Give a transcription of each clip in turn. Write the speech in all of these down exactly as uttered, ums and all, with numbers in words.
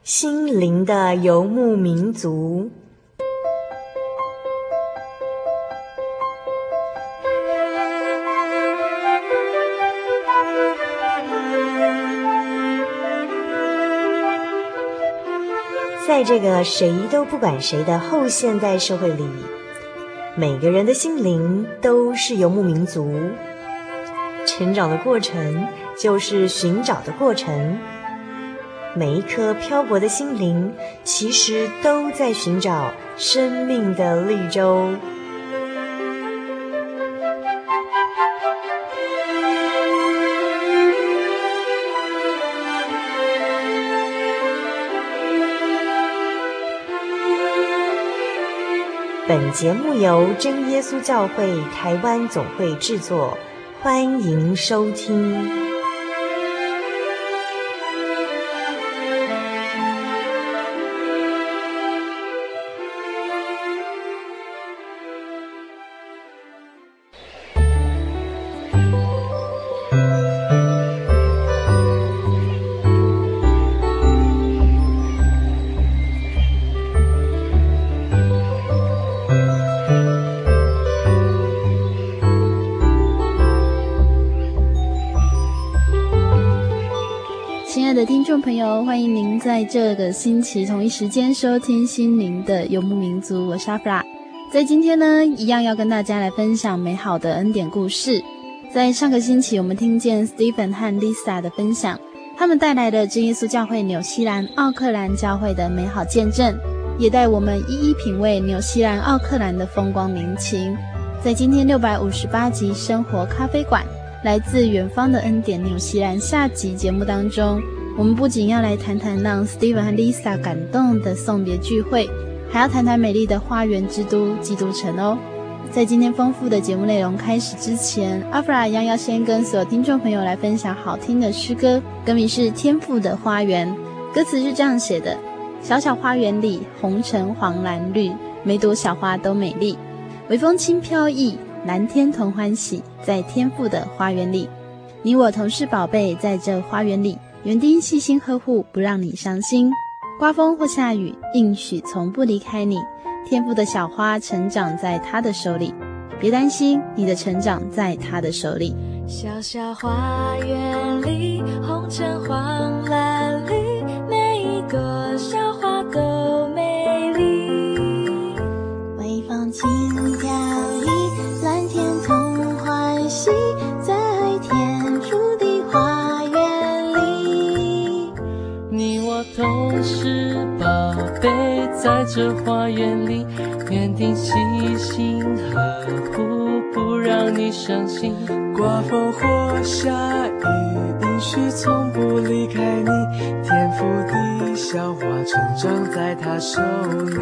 心灵的游牧民族。在这个谁都不管谁的后现代社会里，每个人的心灵都是游牧民族。成长的过程就是寻找的过程，每一颗漂泊的心灵其实都在寻找生命的绿洲。本节目由真耶稣教会台湾总会制作，欢迎收听。 听众朋友，欢迎您在这个星期同一时间收听心灵的游牧民族，我是阿弗拉。在今天呢，一样要跟大家来分享美好的恩典故事。在上个星期我们听见 Stephen 和 Lisa 的分享，他们带来了真耶稣教会纽西兰奥克兰教会的美好见证，也带我们一一品味纽西兰奥克兰的风光民情。在今天六百五十八集生活咖啡馆来自远方的恩典纽西兰下集节目当中，我们不仅要来谈谈让 Stephen 和 Lisa 感动的送别聚会，还要谈谈美丽的花园之都基督城哦。在今天丰富的节目内容开始之前，阿弗拉一样要先跟所有听众朋友来分享好听的诗歌，歌名是天父的花园。歌词是这样写的：小小花园里，红橙黄蓝绿，每朵小花都美丽，微风轻飘逸，蓝天同欢喜，在天父的花园里，你我同是宝贝，在这花园里，园丁细心呵护，不让你伤心。刮风或下雨，应许从不离开你。天父的小花成长在他的手里，别担心，你的成长在他的手里。 小小花园里，红橙黄蓝绿，每一朵小花都美丽。 微风轻飘逸，蓝天同欢喜，在天父的花园里， 你我同是宝贝，在这花园里，园丁细心呵护，不让你伤心。 刮风或下雨，应许从不离开你，天父的小花成长在他手里。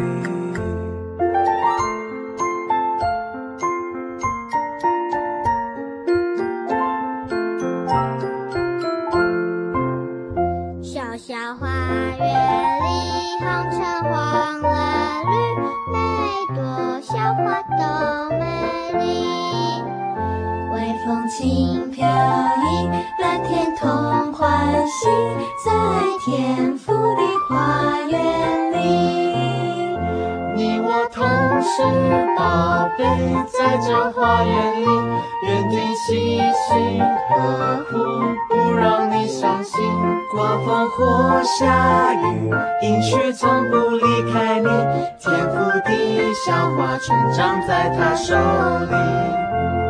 轻飘逸，蓝天同欢喜，在天父的花园里， 你我同是宝贝，在这花园里，园丁细心呵护，不让你伤心。 刮风或下雨，应许从不离开你，天父的小花成长在他手里。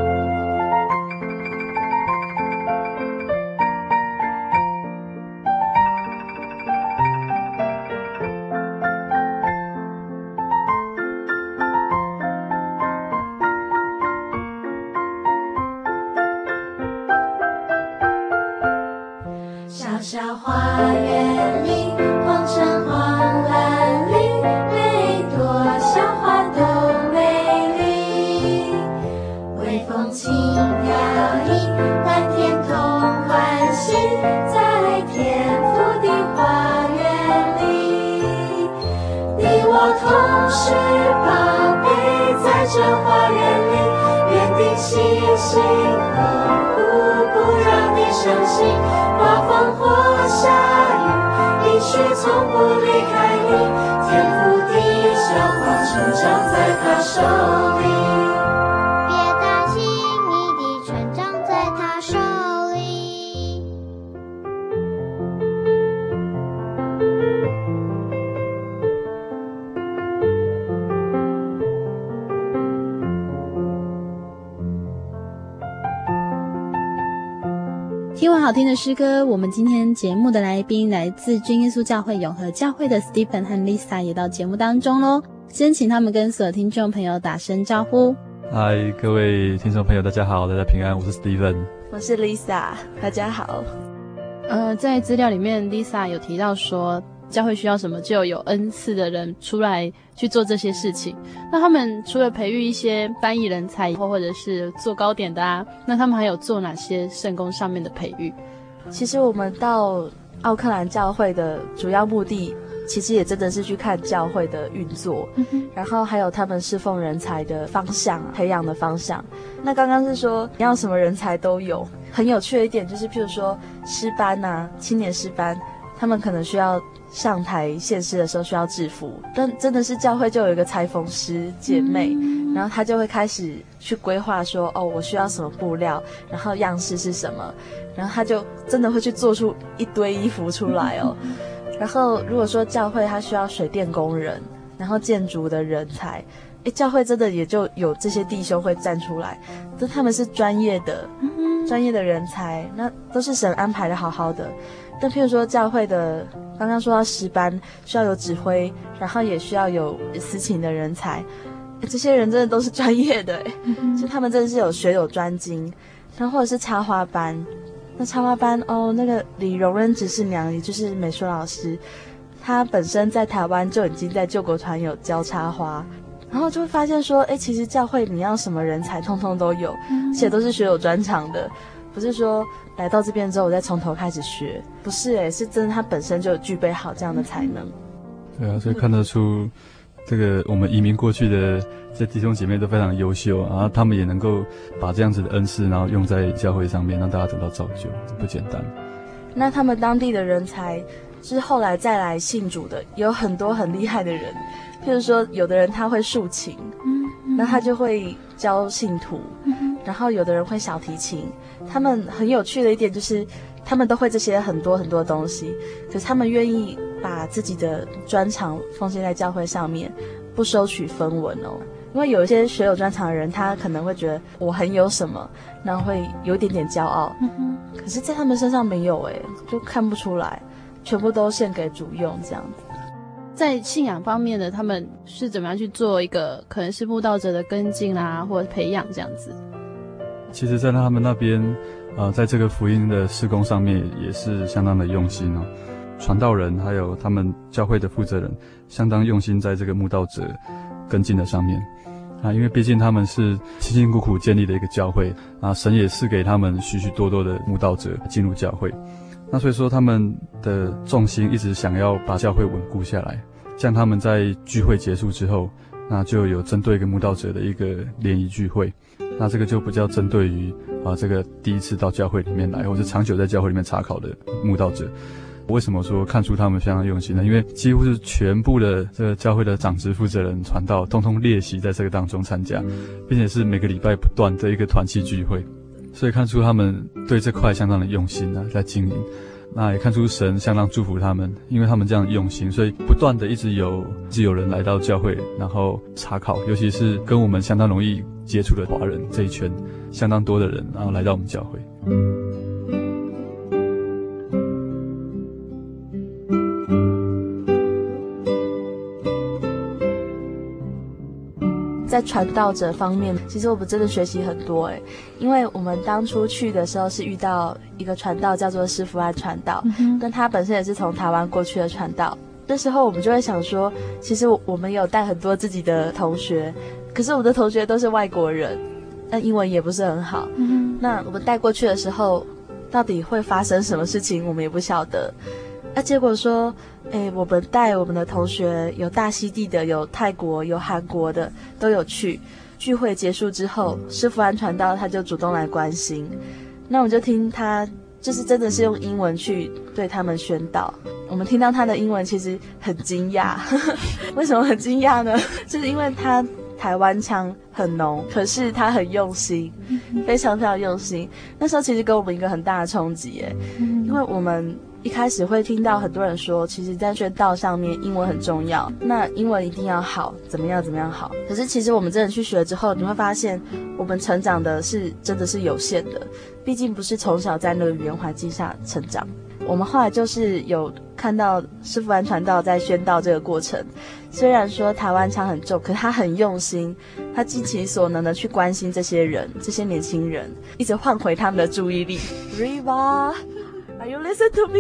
小花园里，红橙黄蓝绿，每朵小花都美丽。微风轻飘逸，蓝天同欢喜，在天父的花园里，你我同是宝贝，在这花园里，园丁细心呵护，不让你伤心。刮风或下雨， 应许从不离开你，天赋地消化成长在他手里。 别担心，你的成长在他手里。 听完好听的诗歌，我们今天节目的来宾来自真耶稣教会永和教会的 Stephen 和 Lisa 也到节目当中咯。先请他们跟所有听众朋友打声招呼。 嗨，各位听众朋友大家好，大家平安，我是 Stephen。 我是 Lisa， 大家好。 呃，在资料里面 Lisa 有提到说教会需要什么就有恩赐的人出来去做这些事情。那他们除了培育一些翻译人才或或者是做糕点的啊，那他们还有做哪些圣工上面的培育？ 其实我们到奥克兰教会的主要目的其实也真的是去看教会的运作，嗯、然后还有他们侍奉人才的方向、培养的方向。那刚刚是说你要什么人才都有，很有趣的一点就是譬如说诗班啊，青年诗班，他们可能需要上台献诗的时候需要制服，但真的是教会就有一个裁缝师姐妹、嗯、然后她就会开始去规划说，哦，我需要什么布料，然后样式是什么，然后她就真的会去做出一堆衣服出来哦。然后如果说教会它需要水电工人，然后建筑的人才，诶，教会真的也就有这些弟兄会站出来，但他们是专业的专业的人才，那都是神安排的好好的。但譬如说教会的刚刚说到诗班需要有指挥，然后也需要有司琴的人才，这些人真的都是专业的，嗯、就他们真的是有学有专精。然后或者是插花班，那插花班哦，那个李荣恩执事娘也就是美术老师，她本身在台湾就已经在救国团有教插花，然后就会发现说，哎，其实教会你要什么人才通通都有，而且都是学有专长的，不是说来到这边之后我再从头开始学，不是诶，是真的他本身就具备好这样的才能。 对啊，所以看得出这个我们移民过去的这弟兄姐妹都非常优秀，然后他们也能够把这样子的恩赐然后用在教会上面，让大家得到造就，这不简单。 那他们当地的人才就是后来再来信主的有很多很厉害的人，譬如说有的人他会竖琴，嗯，那他就会教信徒，嗯，然后有的人会小提琴。他们很有趣的一点就是他们都会这些很多很多东西，可是他们愿意把自己的专长奉献在教会上面，不收取分文哦。因为有一些学有专长的人，他可能会觉得我很有什么，然后会有一点点骄傲，嗯哼，可是在他们身上没有诶，就看不出来，全部都献给主用这样子。 在信仰方面的他们是怎么样去做一个可能是慕道者的跟进啊，或者培养这样子？ 其实在他们那边呃，在这个福音的事工上面也是相当的用心哦，传道人还有他们教会的负责人相当用心在这个慕道者跟进的上面啊，因为毕竟他们是辛辛苦苦建立的一个教会啊，神也赐给他们许许多多的慕道者进入教会，那所以说他们的重心一直想要把教会稳固下来，这样他们在聚会结束之后，那就有针对一个慕道者的一个联谊聚会，那这个就不叫针对于啊这个第一次到教会里面来或者长久在教会里面查考的慕道者。为什么说看出他们非常用心呢？因为几乎是全部的这个教会的长职负责人传道通通列席在这个当中参加，并且是每个礼拜不断的一个团契聚会，所以看出他们对这块相当的用心啊，在经营。那也看出神相当祝福他们，因为他们这样用心，所以不断的一直有一直有人来到教会然后查考，尤其是跟我们相当容易接触的华人这一圈相当多的人然后来到我们教会。 在传道者方面，其实我们真的学习很多诶，因为我们当初去的时候是遇到一个传道叫做施福安传道，嗯、但他本身也是从台湾过去的传道。那时候我们就会想说，其实我们有带很多自己的同学，可是我们的同学都是外国人，那英文也不是很好。嗯、那我们带过去的时候，到底会发生什么事情，我们也不晓得。那、啊、结果说，诶，我们带我们的同学有大溪地的，有泰国，有韩国的，都有去。聚会结束之后，施福安传道他就主动来关心，那我们就听他就是真的是用英文去对他们宣导。我们听到他的英文其实很惊讶，为什么很惊讶呢？就是因为他台湾腔很浓，可是他很用心，非常非常用心。那时候其实给我们一个很大的冲击耶，因为我们一开始会听到很多人说，其实在宣道上面英文很重要，那英文一定要好，怎么样怎么样好。可是其实我们真的去学之后，你会发现我们成长的是真的是有限的，毕竟不是从小在那个语言环境下成长。我们后来就是有看到师父安传道在宣道这个过程，虽然说台湾腔很重，可是他很用心，他尽其所能的去关心这些人，这些年轻人，一直换回他们的注意力。Riva， Are you listen to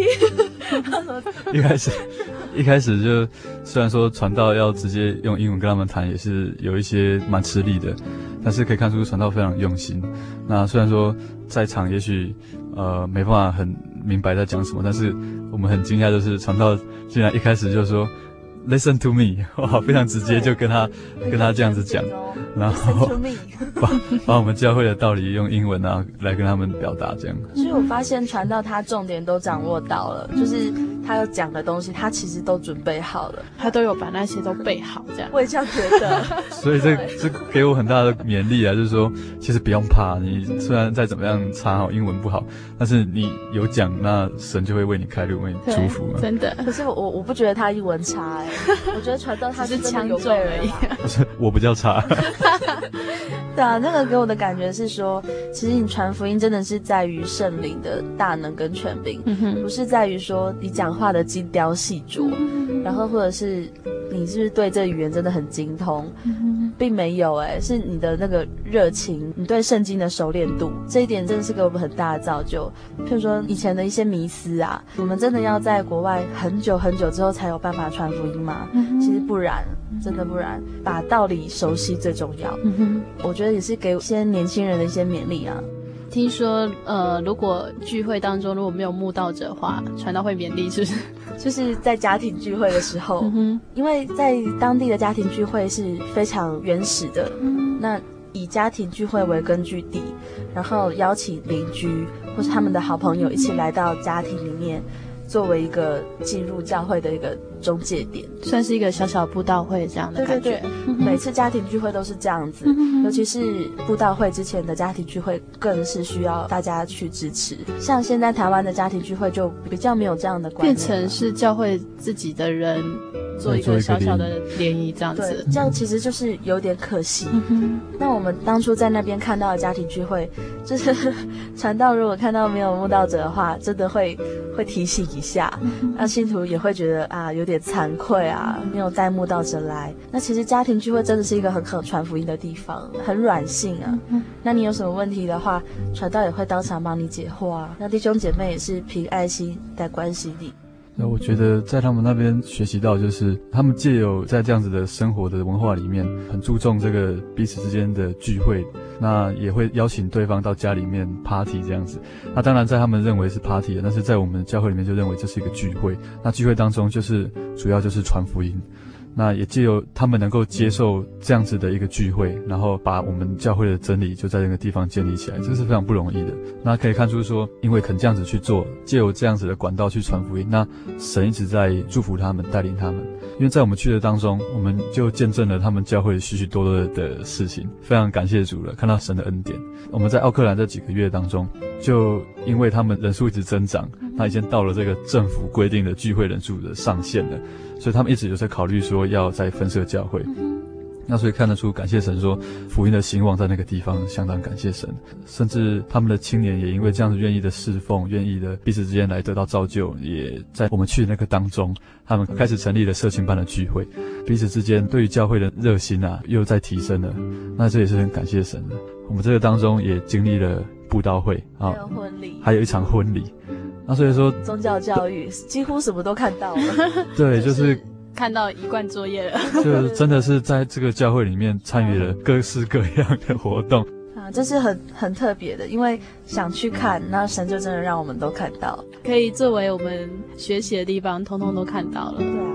me？ 一开始一开始就虽然说传道要直接用英文跟他们谈，也是有一些蛮吃力的，但是可以看出传道非常用心。那虽然说在场也许呃没办法很明白在讲什么，但是我们很惊讶，就是传道竟然一开始就说 Listen to me， 哇，非常直接就跟他跟他这样子讲，然后把把我们教会的道理用英文啊来跟他们表达这样。 所以我发现传道他重点都掌握到了，就是他要讲的东西他其实都准备好了， 他都有把那些都备好这样。 我也这样觉得。 所以这这给我很大的勉励啊，就是说其实不用怕，你虽然再怎么样差英文不好，但是你有讲，那神就会为你开路，为你祝福嘛。 真的。 可是我我不觉得他英文差哎、欸，我觉得传道他是真的有强而已。 不是我比较差。 对啊，那个给我的感觉是说，其实你传福音真的是在于圣灵的大能跟权柄，嗯、不是在于说你讲话的精雕细琢，嗯、然后或者是你是不是对这语言真的很精通，嗯、并没有哎、欸，是你的那个热情，你对圣经的熟练度，这一点真的是给我们很大的造就。譬如说以前的一些迷思啊，我们真的要在国外很久很久之后才有办法传福音吗？嗯、其实不然。真的不然，把道理熟悉最重要。嗯哼，我觉得也是给一些年轻人的一些勉励啊。 听说，呃，如果聚会当中如果没有慕道者的话，传道会勉励，是不是？ 就是在家庭聚会的时候，嗯哼，因为在当地的家庭聚会是非常原始的，嗯、那以家庭聚会为根据地，然后邀请邻居或是他们的好朋友一起来到家庭里面。作为一个进入教会的一个中介点， 算是一个小小布道会这样的感觉。 对对对，嗯、每次家庭聚会都是这样子，嗯、尤其是布道会之前的家庭聚会，更是需要大家去支持。像现在台湾的家庭聚会就比较没有这样的观念， 变成是教会自己的人做一个小小的联谊这样子。 对，这样其实就是有点可惜。嗯、那我们当初在那边看到的家庭聚会，就是传道如果看到没有慕道者的话，真的会会提醒一下，那信徒也会觉得啊有点惭愧啊，没有带慕道者来。那其实家庭聚会真的是一个很可传福音的地方，很软性啊。那你有什么问题的话，传道也会当场帮你解惑啊。那弟兄姐妹也是凭爱心在关心你。 那我觉得在他们那边学习到，就是他们藉由在这样子的生活的文化里面，很注重这个彼此之间的聚会，那也会邀请对方到家里面 party 这样子。那当然在他们认为是 party 的，但是在我们教会里面就认为这是一个聚会。那聚会当中就是主要就是传福音。那也藉由他们能够接受这样子的一个聚会，然后把我们教会的真理就在这个地方建立起来，这是非常不容易的。那可以看出说，因为肯这样子去做，藉由这样子的管道去传福音，那神一直在祝福他们，带领他们。因为在我们去的当中，我们就见证了他们教会许许多多的事情，非常感谢主了，看到神的恩典。我们在奥克兰这几个月当中，就因为他们人数一直增长，那已经到了这个政府规定的聚会人数的上限了，所以他们一直有在考虑说要再分设教会。那所以看得出，感谢神说福音的兴旺在那个地方，相当感谢神。甚至他们的青年也因为这样子愿意的侍奉，愿意的彼此之间来得到造就，也在我们去的那个当中，他们开始成立了社青班的聚会，彼此之间对于教会的热心啊又在提升了。那这也是很感谢神的。我们这个当中也经历了布道会啊， 还有婚礼， 还有一场婚礼。那所以说宗教教育几乎什么都看到了。 对，就是看到一贯作业了， 就真的是在这个教会里面参与了各式各样的活动啊，这是很很特别的，因为想去看，那神就真的让我们都看到， 可以作为我们学习的地方，通通都看到了。 对啊。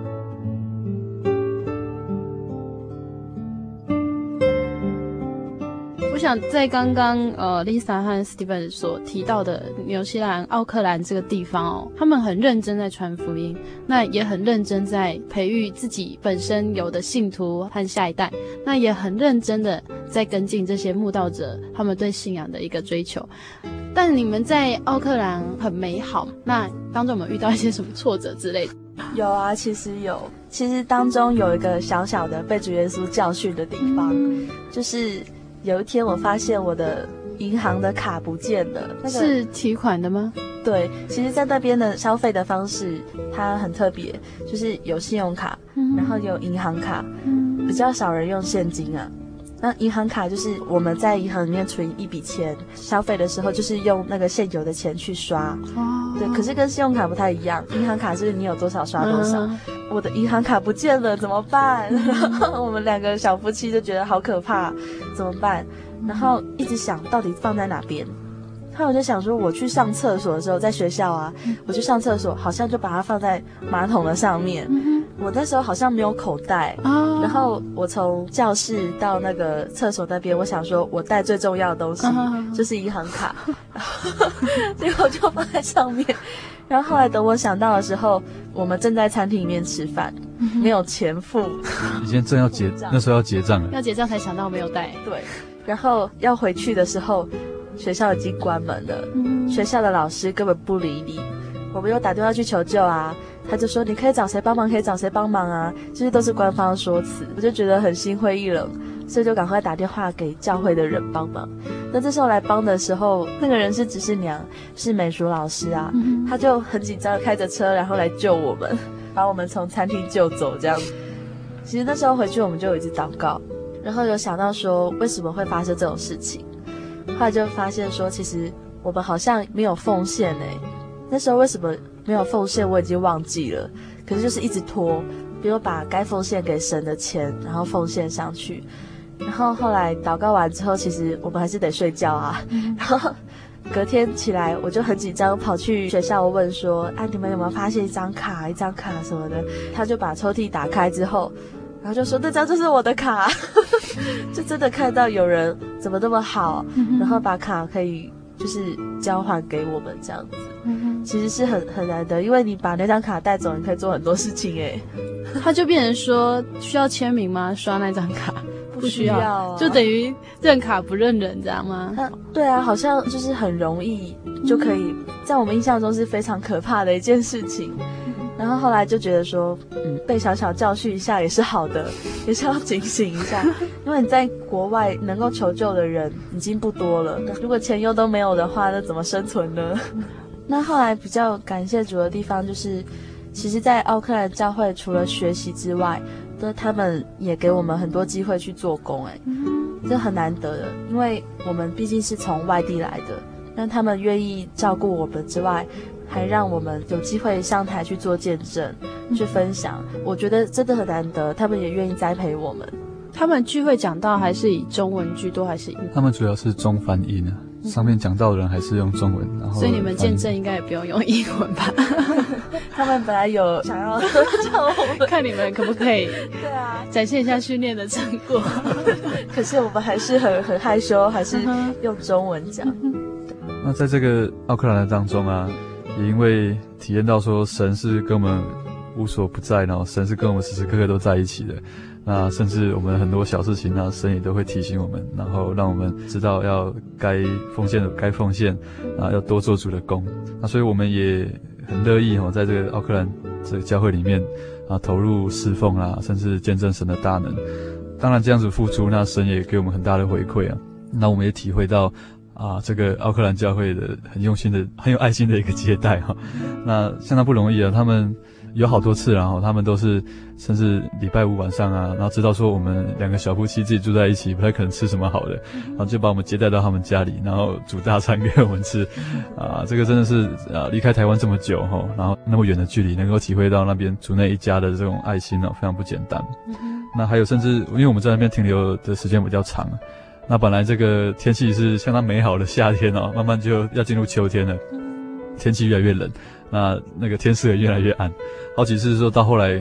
我想在刚刚呃 Lisa 和 Steven 所提到的纽西兰奥克兰这个地方哦，他们很认真在传福音，那也很认真在培育自己本身有的信徒和下一代，那也很认真的在跟进这些慕道者他们对信仰的一个追求。但你们在奥克兰很美好，那当中有没有遇到一些什么挫折之类的？ 有啊，其实有，其实当中有一个小小的被主耶稣教训的地方，嗯、就是有一天我发现我的银行的卡不见了，那个、 是提款的吗？ 对，其实在那边的消费的方式它很特别，就是有信用卡，嗯、然后有银行卡，嗯、比较少人用现金啊。那银行卡就是我们在银行里面存一笔钱，消费的时候就是用那个现有的钱去刷。哦，对，可是跟信用卡不太一样，银行卡是你有多少刷多少。嗯、我的银行卡不见了，怎么办？我们两个小夫妻就觉得好可怕，怎么办？然后一直想到底放在哪边。后来我就想说，我去上厕所的时候，在学校啊，我去上厕所，好像就把它放在马桶的上面。嗯、我那时候好像没有口袋，哦、然后我从教室到那个厕所那边，我想说我带最重要的东西、哦、就是银行卡，结果就放在上面。然后后来等我想到的时候，我们正在餐厅里面吃饭，嗯、没有钱付， 以前正要结，那时候要结账了， 要结账才想到没有带。 对，然后要回去的时候。学校已经关门了，嗯、学校的老师根本不理你。我们又打电话去求救啊，他就说你可以找谁帮忙，可以找谁帮忙啊，这些都是官方说辞。我就觉得很心灰意冷，所以就赶快打电话给教会的人帮忙。那这时候来帮的时候，那个人是执事娘，是美术老师啊，嗯、他就很紧张，开着车然后来救我们，把我们从餐厅救走这样。其实那时候回去我们就一直祷告，然后有想到说为什么会发生这种事情。后来就发现说，其实我们好像没有奉献诶。那时候为什么没有奉献，我已经忘记了。可是就是一直拖，比如把该奉献给神的钱，然后奉献上去。然后后来祷告完之后，其实我们还是得睡觉啊。然后隔天起来，我就很紧张，跑去学校问说：“啊，你们有没有发现一张卡、一张卡什么的？”他就把抽屉打开之后。然后就说那张就是我的卡，就真的看到有人怎么那么好，嗯、然后把卡可以就是交还给我们这样子，嗯、其实是很很难得，因为你把那张卡带走，你可以做很多事情哎。 他就变成说需要签名吗？刷那张卡不需要，啊、 就等于认卡不认人，这样吗？ 啊、对啊，好像就是很容易就可以，嗯、在我们印象中是非常可怕的一件事情。然后后来就觉得说，嗯，被小小教训一下也是好的，也是要警醒一下，因为你在国外能够求救的人已经不多了，如果钱又都没有的话，那怎么生存呢？那后来比较感谢主的地方就是，其实在奥克兰教会除了学习之外，那他们也给我们很多机会去做工，哎，这很难得的，因为我们毕竟是从外地来的，那他们愿意照顾我们之外，还让我们有机会上台去做见证，去分享，我觉得真的很难得，他们也愿意栽培我们。 他们聚会讲道还是以中文居多还是英文？ 他们主要是中翻英啊，嗯、上面讲道的人还是用中文，然后所以你们见证应该也不用用英文吧？ 他们本来有想要叫我们， 看你们可不可以对啊展现一下训练的成果。 可是我们还是很很害羞，还是用中文讲。 那在这个奥克兰的当中啊，也因为体验到说神是跟我们无所不在，然后神是跟我们时时刻刻都在一起的。那甚至我们很多小事情呢，神也都会提醒我们，然后让我们知道要该奉献的该奉献，啊，要多做主的工。那所以我们也很乐意哦，在这个奥克兰这个教会里面啊，投入侍奉啊，甚至见证神的大能。当然这样子付出，那神也给我们很大的回馈啊。那我们也体会到啊，这个奥克兰教会的很用心的、很有爱心的一个接待哈。那相当不容易啊，他们有好多次，然后他们都是甚至礼拜五晚上啊，然后知道说我们两个小夫妻自己住在一起，不太可能吃什么好的，然后就把我们接待到他们家里，然后煮大餐给我们吃。啊，这个真的是啊，离开台湾这么久哈，然后那么远的距离，能够体会到那边主内一家的这种爱心哦，非常不简单。那还有甚至因为我们在那边停留的时间比较长，那本来这个天气是相当美好的夏天哦，慢慢就要进入秋天了，天气越来越冷，那那个天色也越来越暗。好几次说到后来，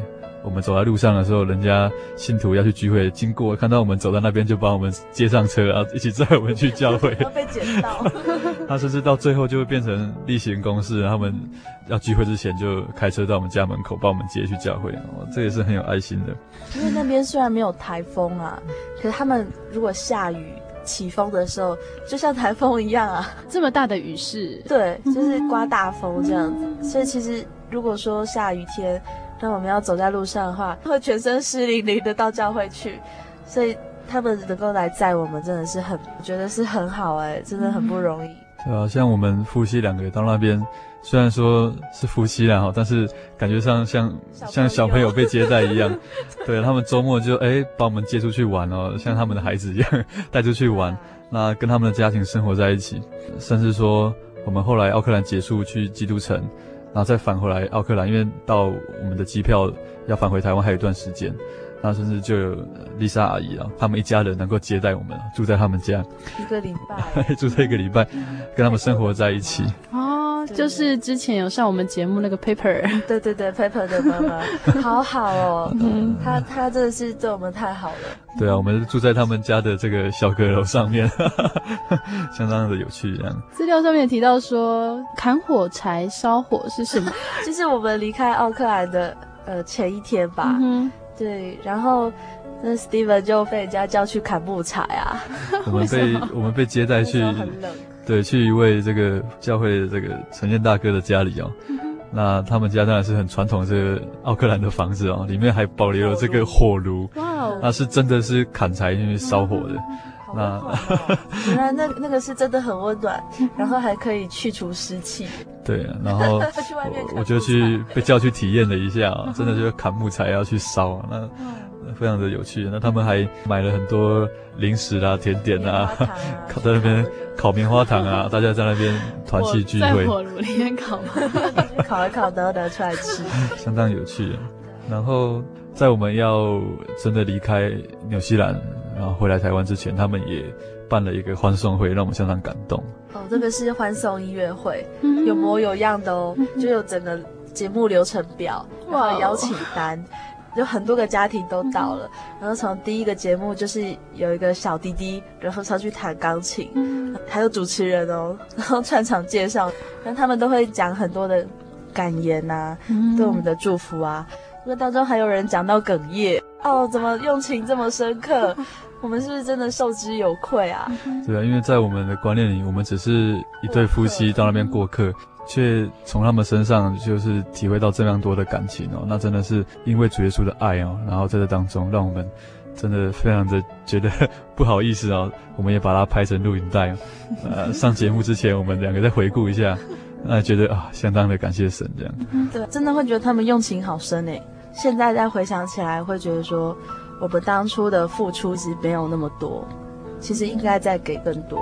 我们走在路上的时候，人家信徒要去聚会，经过看到我们走到那边，就把我们接上车，然后一起载我们去教会。 都被捡到。 那甚至到最后就会变成例行公事，他们要聚会之前就开车到我们家门口把我们接去教会，哦，这也是很有爱心的。 因为那边虽然没有台风啊，可是他们如果下雨起风的时候，就像台风一样啊， 这么大的雨势， 对，就是刮大风这样子。所以其实如果说下雨天，那我们要走在路上的话，会全身湿淋淋的到教会去，所以他们能够来载我们，真的是很，我觉得是很好哎、欸，真的很不容易。 对啊，像我们夫妻两个到那边，虽然说是夫妻啦，但是感觉上像像小朋友被接待一样。对，他们周末就哎把我们接出去玩哦，像他们的孩子一样带出去玩，那跟他们的家庭生活在一起。甚至说我们后来奥克兰结束去基督城，然后再返回来奥克兰，因为到我们的机票要返回台湾还有一段时间。那甚至就有丽莎阿姨啊，他们一家人能够接待我们，住在他们家一个礼拜， 住在一个礼拜，跟他们生活在一起。 哦，就是之前有上我们节目那个 Paper， 对对对 ，Paper 的妈妈，好好哦，嗯，他他真的是对我们太好了。 对啊，我们住在他们家的这个小阁楼上面，相当的有趣。这样， 资料上面提到说，砍火柴烧火是什么？ 就是我们离开奥克兰的呃前一天吧。嗯，对，然后那 Steven 就被人家叫去砍木材啊。 我们被我们被接待去， 很冷。 对，去一位这个教会的这个陈建大哥的家里哦。嗯、那他们家当然是很传统的这个奥克兰的房子哦，里面还保留了这个火炉。哇哦！那是真的是砍柴进去烧火的。 嗯、那原来那那个是真的很温暖，然后还可以去除湿气。 对，然后我, 我就去被叫去体验了一下啊，真的就是砍木材要去烧啊，那非常的有趣。那他们还买了很多零食啦、甜点啊，烤在那边烤棉花糖啊，大家在那边团契聚会， 在火炉里面烤， 烤一烤都拿出来吃， 相当有趣。然后在我们要真的离开纽西兰，然后回来台湾之前，他们也办了一个欢送会，让我们相当感动。 哦，这个是欢送音乐会，嗯、有模有样的哦，嗯、就有整个节目流程表，然后邀请单，有很多个家庭都到了。嗯、然后从第一个节目就是有一个小弟弟，然后上去弹钢琴，嗯、还有主持人哦，然后串场介绍，然后他们都会讲很多的感言啊，嗯、对我们的祝福啊。这当中还有人讲到哽咽哦，怎么用情这么深刻？我们是不是真的受之有愧啊？ 对啊，因为在我们的观念里，我们只是一对夫妻到那边过客，却从他们身上就是体会到这样多的感情哦。那真的是因为主耶稣的爱哦，然后在这当中让我们真的非常的觉得不好意思哦。我们也把它拍成录影带哦，呃，上节目之前我们两个再回顾一下，那觉得啊，相当的感谢神这样。 对，真的会觉得他们用情好深诶。现在再回想起来，会觉得说，我们当初的付出其实没有那么多，其实应该再给更多。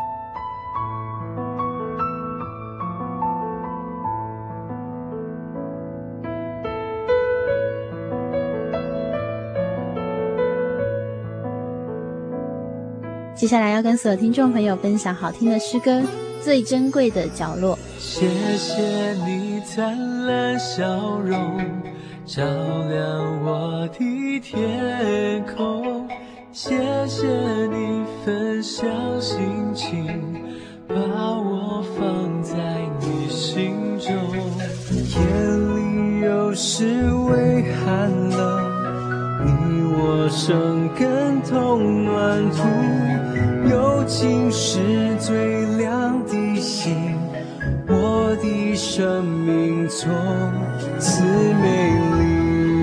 接下来要跟所有听众朋友分享好听的诗歌《最珍贵的角落》。 谢谢你灿烂笑容，照亮我的天空，谢谢你分享心情，把我放在你心中。夜里有时微寒冷，你我生根同暖土，友情是最亮的星，我的生命从此美丽。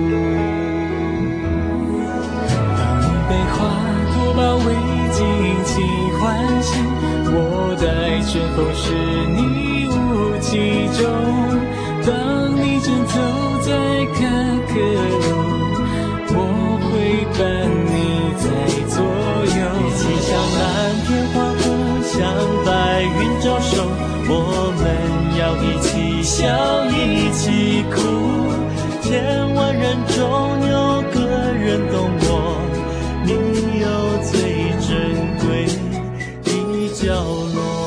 当你被花朵包围，尽情欢喜，我在旋风是你雾气中。当你正走在可可路，我会伴你在左右，一起向蓝天划过，向白云招手，我们要一起笑一起哭，千万人中有个人懂我，你有最珍贵的角落。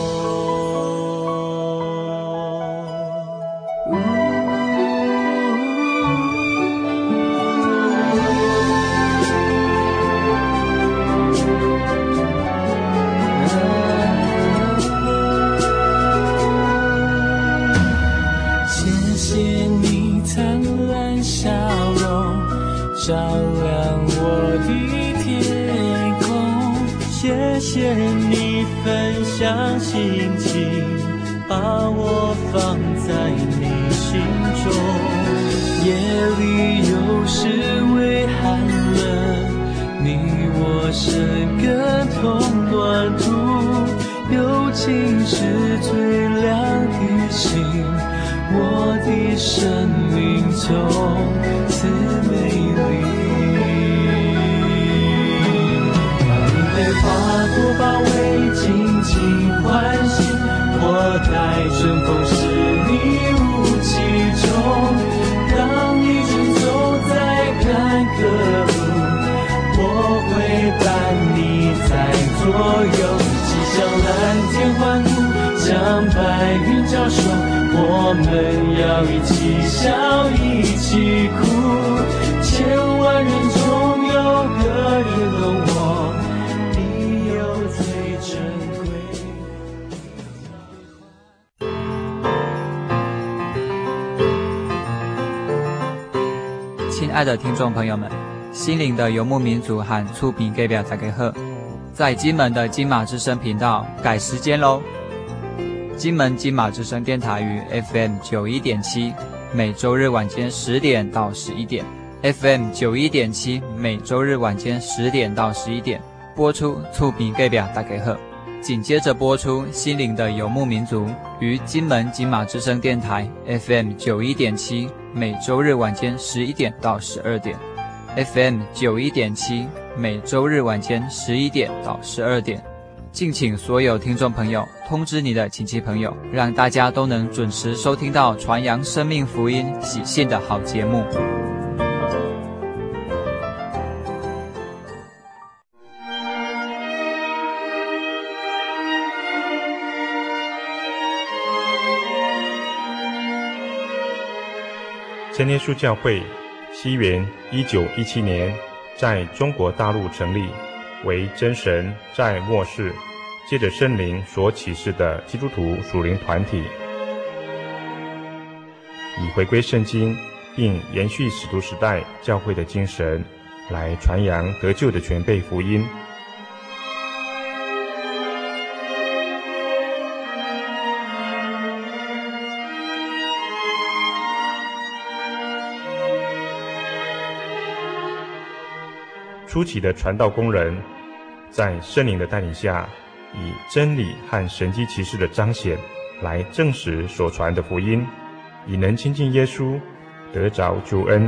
谢你灿烂笑容，照亮我的天空。 谢谢你分享心情，把我放在你心中。 夜里有时微寒冷，你我生根同暖土，友情是最亮的星，我的生命从此美丽。把你被花朵包围，紧紧欢喜，我待春风是你雾气中。当你正走在坎坷路，我会伴你在左右，骑上蓝天欢呼，将白云交手，我们要一起笑一起哭，千万人中有个人懂我，你有最珍贵。 亲爱的听众朋友们，心灵的游牧民族和触屏给表大家好，在金门的金马之声频道改时间咯。金门金马之声电台于 F M 九一点七，每周日晚间十点到十一点 ，F M 九一点七每周日晚间十点到十一点播出触屏给表大家好。紧接着播出心灵的游牧民族于金门金马之声电台 F M 九一点七，每周日晚间十一点到十二点 ，F M 九一点七每周日晚间十一点到十二点。敬请所有听众朋友通知你的亲戚朋友，让大家都能准时收听到传扬生命福音喜信的好节目。 真耶稣教会西元一九一七年在中国大陆成立，为真神在末世借着圣灵所启示的基督徒属灵团体，以回归圣经并延续使徒时代教会的精神，来传扬得救的全备福音。初期的传道工人在圣灵的带领下，以真理和神迹奇事的彰显来证实所传的福音，以能亲近耶稣，得着救恩。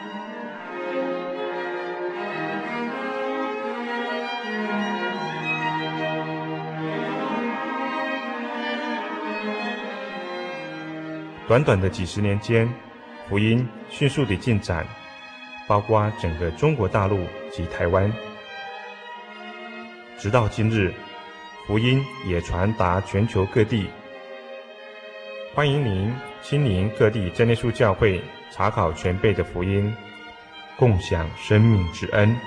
短短的几十年间，福音迅速地进展，包括整个中国大陆及台湾。直到今日，福音也传达全球各地。欢迎您亲临各地真耶稣教会，查考全备的福音，共享生命之恩。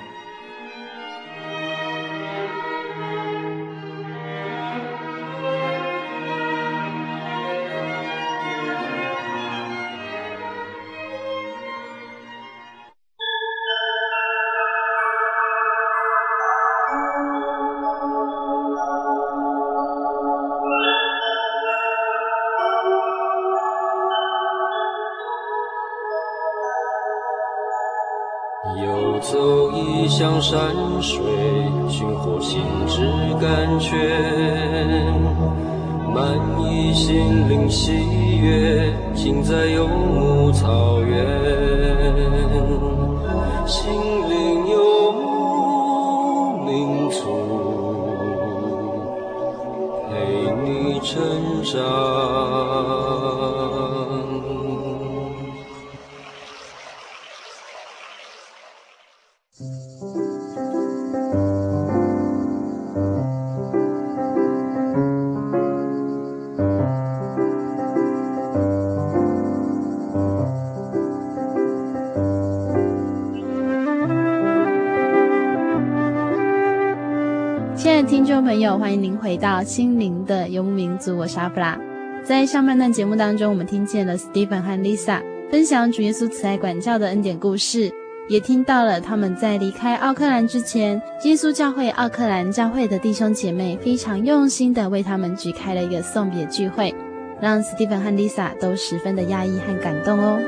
游走异乡山水，寻获心之甘泉，满溢心灵喜悦，尽在游牧草原。心灵游牧民族，陪你成长。 亲爱的听众朋友，欢迎您回到心灵的游牧民族，我是阿弗拉。 在上半段节目当中，我们听见了 Stephen 和 Lisa 分享主耶稣慈爱管教的恩典故事，也听到了他们在离开奥克兰之前，耶稣教会奥克兰教会的弟兄姐妹非常用心的为他们举开了一个送别聚会，让 Stephen 和 Lisa 都十分的压抑和感动哦。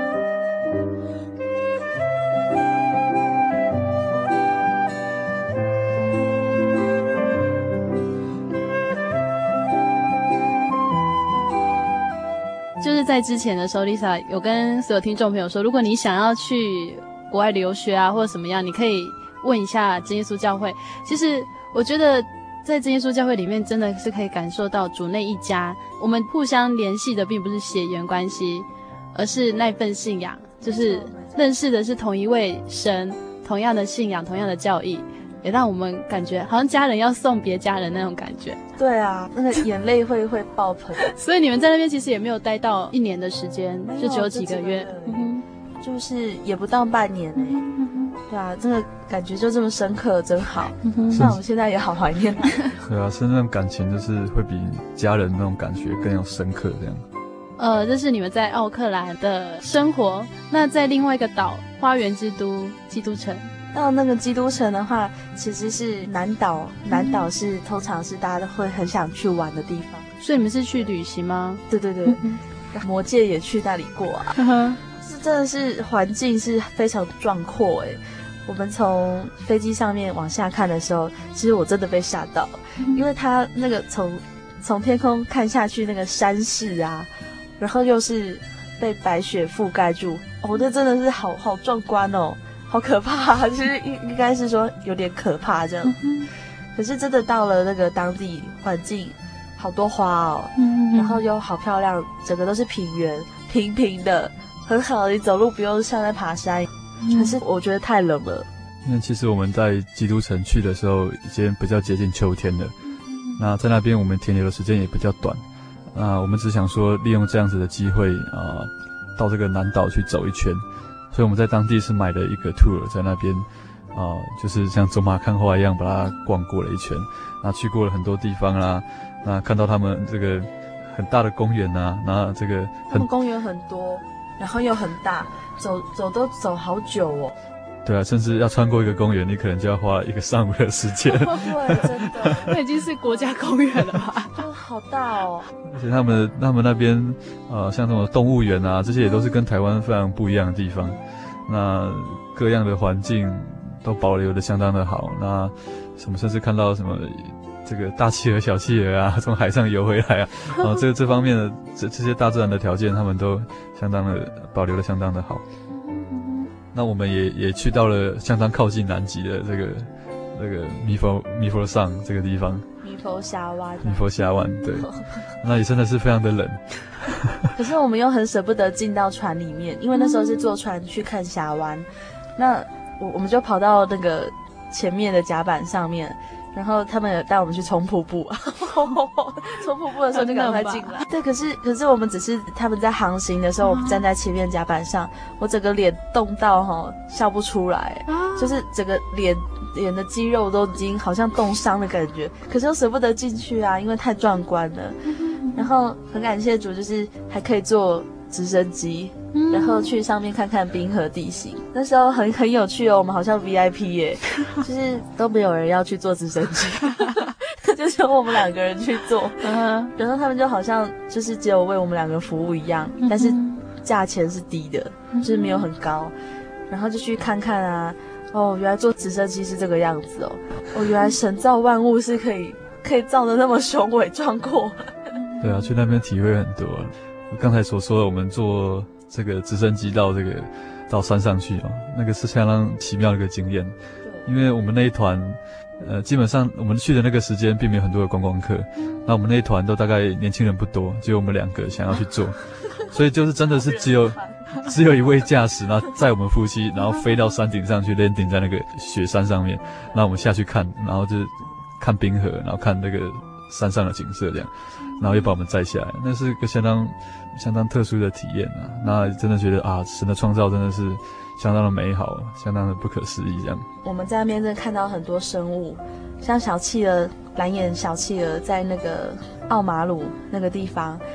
就是在之前的时候 Lisa 有跟所有听众朋友说，如果你想要去国外留学啊或者什么样，你可以问一下真耶稣教会。其实我觉得在真耶稣教会里面真的是可以感受到主内一家，我们互相联系的并不是血缘关系，而是那份信仰，就是认识的是同一位神，同样的信仰，同样的教义，也让我们感觉好像家人要送别家人那种感觉。 对啊，那个眼泪会会爆棚。 所以你们在那边其实也没有待到一年的时间，就只有几个月， 嗯、就是也不到半年哎、欸嗯。对啊，这个感觉就这么深刻，真好。嗯、那我们现在也好怀念它。 对啊，是那种感情，就是会比家人那种感觉更有深刻这样。 呃，这是你们在奥克兰的生活。那在另外一个岛，花园之都基督城。 到那个基督城的话，其实是南岛，南岛是通常是大家都会很想去玩的地方。 所以你们是去旅行吗？ 对对对，魔戒也去那里过啊。是真的是环境是非常壮阔哎。我们从飞机上面往下看的时候，其实我真的被吓到，因为它那个从从天空看下去那个山势啊，然后又是被白雪覆盖住，哦，那真的是好好壮观哦。好可怕、啊，就是应应该是说有点可怕这样。嗯、可是真的到了那个当地环境，好多花哦，嗯、然后又好漂亮，整个都是平原，平平的，很好，你走路不用像在爬山。嗯、可是我觉得太冷了。 因为其实我们在基督城去的时候，已经比较接近秋天了。嗯、那在那边我们停留的时间也比较短。那我们只想说利用这样子的机会啊、呃，到这个南岛去走一圈。所以我们在当地是买了一个 tour， 在那边啊、呃，就是像走马看花一样把它逛过了一圈，那去过了很多地方啦，那看到他们这个很大的公园啊，那这个很他们公园很多，然后又很大，走走都走好久哦。 对啊，甚至要穿过一个公园，你可能就要花一个上午的时间。 对，真的， 那已经是国家公园了吧？ 就好大哦。 而且他们他们那边呃，像这种动物园啊，这些也都是跟台湾非常不一样的地方。那各样的环境都保留的相当的好。那什么，甚至看到什么这个大企鹅、小企鹅啊，从海上游回来啊，啊，这这方面的这这些大自然的条件，他们都相当的保留的相当的好。那我们也也去到了相当靠近南极的这个这个弥佛弥佛上这个地方， 弥佛峡湾， 弥佛峡湾，对，那也真的是非常的冷。 可是我们又很舍不得进到船里面，因为那时候是坐船去看峡湾，那我我们就跑到那个前面的甲板上面。然后他们有带我们去冲瀑布，冲瀑布的时候就赶快进来。对，可是可是我们只是他们在航行的时候，我们站在前面甲板上，我整个脸冻到哈笑不出来，就是整个脸脸的肌肉都已经好像冻伤的感觉，可是又舍不得进去啊，因为太壮观了。然后很感谢主，就是还可以坐直升机。然后去上面看看冰河地形，那时候很很有趣哦，我们好像 V I P 耶，就是都没有人要去坐直升机，就只有我们两个人去坐，嗯，然后他们就好像就是只有为我们两个服务一样，但是价钱是低的，就是没有很高，然后就去看看啊，哦，原来坐直升机是这个样子哦，哦，原来神造万物是可以可以造得那么雄伟壮阔， 对啊，去那边体会很多。刚才所说的，我们坐这个直升机到这个到山上去哦，那个是相当奇妙的一个经验。因为我们那一团，呃，基本上我们去的那个时间并没有很多的观光客，那我们那一团都大概年轻人不多，只有我们两个想要去做，所以就是真的是只有只有一位驾驶，然后载我们夫妻，然后飞到山顶上去 landing 在那个雪山上面，然后我们下去看，然后就是看冰河，然后看那个山上的景色这样，然后又把我们载下来，那是个相当相当特殊的体验啊！那真的觉得啊，神的创造真的是相当的美好，相当的不可思议这样。 我们在那边真的看到很多生物，像小企鹅、蓝眼小企鹅，在那个奥马鲁那个地方，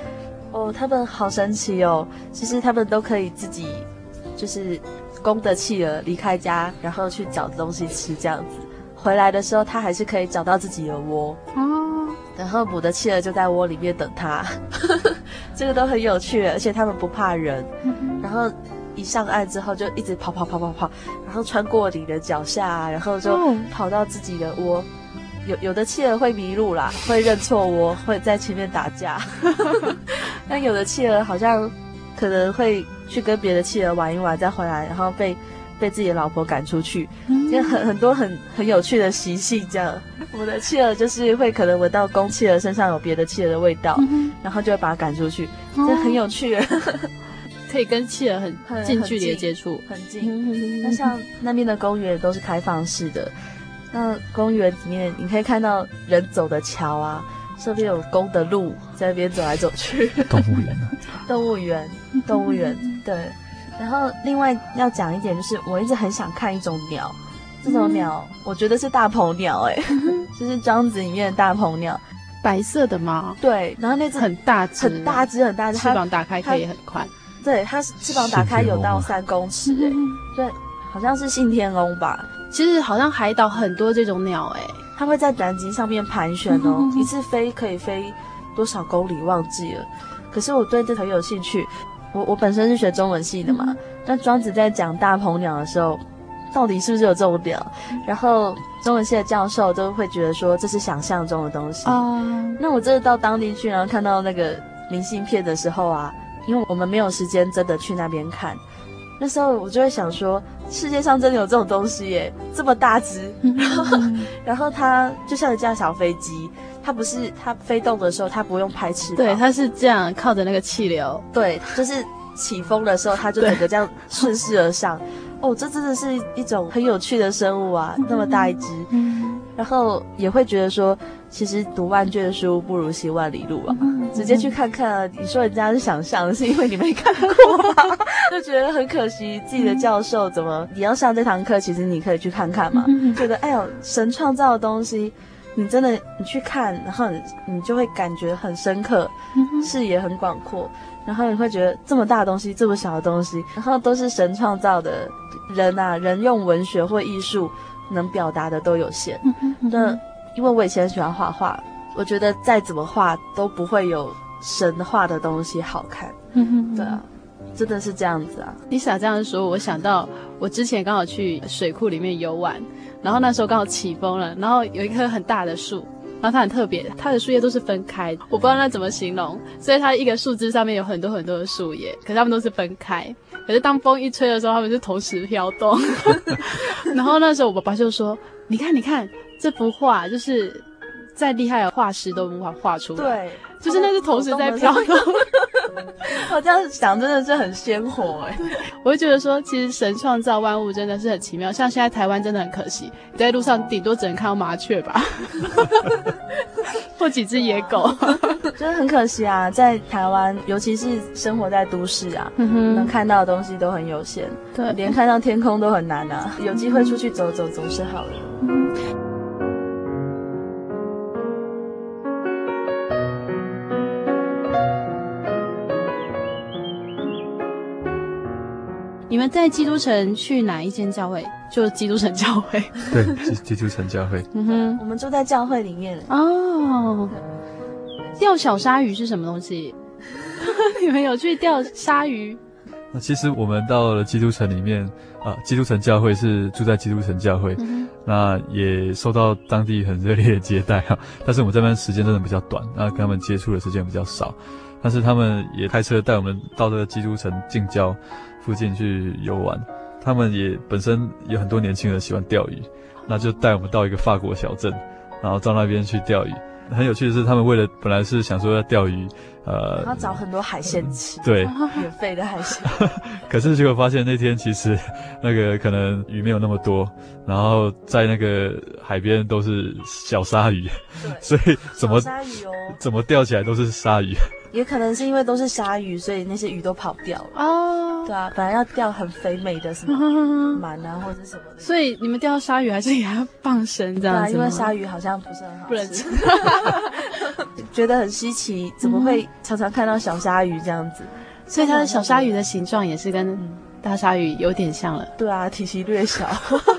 哦，他们好神奇哦！其实他们都可以自己，就是公的企鹅离开家，然后去找东西吃，这样子。回来的时候，它还是可以找到自己的窝哦。然后母的企鹅就在窝里面等它，这个都很有趣，而且他们不怕人。嗯、然后一上岸之后，就一直跑跑跑跑跑，然后穿过你的脚下，然后就跑到自己的窝。有有的企鹅会迷路啦，会认错窝，会在前面打架。但有的企鹅好像可能会去跟别的企鹅玩一玩，再回来，然后被被自己的老婆赶出去，就很很多很很有趣的习性。这样，我的企鹅就是会可能闻到公企鹅身上有别的企鹅的味道，嗯、然后就会把它赶出去，这很有趣。 可以跟企鹅很近距离的接触， 很近。那像那边的公园都是开放式的。那公园里面你可以看到人走的桥啊，上面有公的鹿在那边走来走去。 动物园啊， 动物园，动物园，对。然后另外要讲一点，就是我一直很想看一种鸟，这种鸟、嗯、我觉得是大鹏鸟、欸，哎，就是庄子里面的大鹏鸟， 白色的吗？ 对，然后那只很大只， 很大只，很大只， 翅膀打开可以很快。 对，它翅膀打开有到三公尺、欸，哎、嗯，对，好像是信天翁吧。 其实好像海岛很多这种鸟，哎， 它会在南极上面盘旋哦，嗯、一次飞可以飞多少公里忘记了。可是我对这很有兴趣，我我本身是学中文系的嘛，嗯、但庄子在讲大鹏鸟的时候，到底是不是有这种鸟？然后中文系的教授都会觉得说这是想象中的东西。哦、那我真的到当地去，然后看到那个明信片的时候啊，因为我们没有时间真的去那边看。那时候我就会想说，世界上真的有这种东西耶，这么大只，然后然后它就像一架小飞机，它不是它飞动的时候它不用拍翅膀， 对，它是这样靠着那个气流， 对，就是起风的时候它就整个这样顺势而上。哦，这真的是一种很有趣的生物啊，那么大一只，嗯、然后也会觉得说，其实读万卷书不如行万里路啊，嗯、直接去看看啊。你说人家是想象，是因为你没看过啊，就觉得很可惜。自己的教授怎么你要上这堂课，其实你可以去看看嘛。嗯、觉得哎呦，神创造的东西，你真的你去看，然后你你就会感觉很深刻，嗯、视野很广阔。然后你会觉得这么大的东西，这么小的东西，然后都是神创造的。人啊，人用文学或艺术能表达的都有限。嗯嗯、那因为我以前喜欢画画，我觉得再怎么画都不会有神画的东西好看。嗯、对啊，真的是这样子啊。 Lisa 这样说，我想到我之前刚好去水库里面游玩，然后那时候刚好起风了，然后有一棵很大的树。然后它很特别，它的树叶都是分开的，我不知道那怎么形容，所以它一个树枝上面有很多很多的树叶，可是它们都是分开。可是当风一吹的时候，它们是同时飘动。然后那时候我爸爸就说：“你看，你看，这幅画就是再厉害的画师都无法画出来。” 对， 就是那是同时在飘动。 我这样想真的是很鲜活哎、欸， 我会觉得说，其实神创造万物真的是很奇妙。像现在台湾真的很可惜，你在路上顶多只能看到麻雀吧，或几只野狗， 真的很可惜啊。在台湾，尤其是生活在都市啊，嗯、能看到的东西都很有限，对，连看到天空都很难啊。有机会出去走走总是好的。嗯你们在基督城去哪一间教会？就是基督城教会。 对，基督城教会。 嗯哼，我们住在教会里面。 哦，钓小鲨鱼是什么东西？你们有去钓鲨鱼？ 那其实我们到了基督城里面啊，基督城教会是住在基督城教会，嗯、那也受到当地很热烈的接待啊。但是我们这边时间真的比较短，那跟他们接触的时间比较少。但是他们也开车带我们到这个基督城近郊附近去游玩。他们也本身有很多年轻人喜欢钓鱼，那就带我们到一个法国小镇，然后到那边去钓鱼。很有趣的是，他们为了本来是想说要钓鱼，呃， 要找很多海鲜吃， 对， 免费的海鲜。 可是结果发现那天其实那个可能鱼没有那么多，然后在那个海边都是小鲨鱼，所以怎么鲨鱼哦， 怎么钓起来都是鲨鱼。 也可能是因为都是鲨鱼，所以那些鱼都跑掉了。哦，对啊，本来要钓很肥美的什么鳗啊或者什么的。 所以你们钓沙鱼还是给它放生这样子吗？ 对啊，因为鲨鱼好像不是很好吃。 不能吃。 觉得很稀奇，怎么会常常看到小鲨鱼这样子？ 所以它的小鲨鱼的形状也是跟大鲨鱼有点像了。 对啊，体型略小，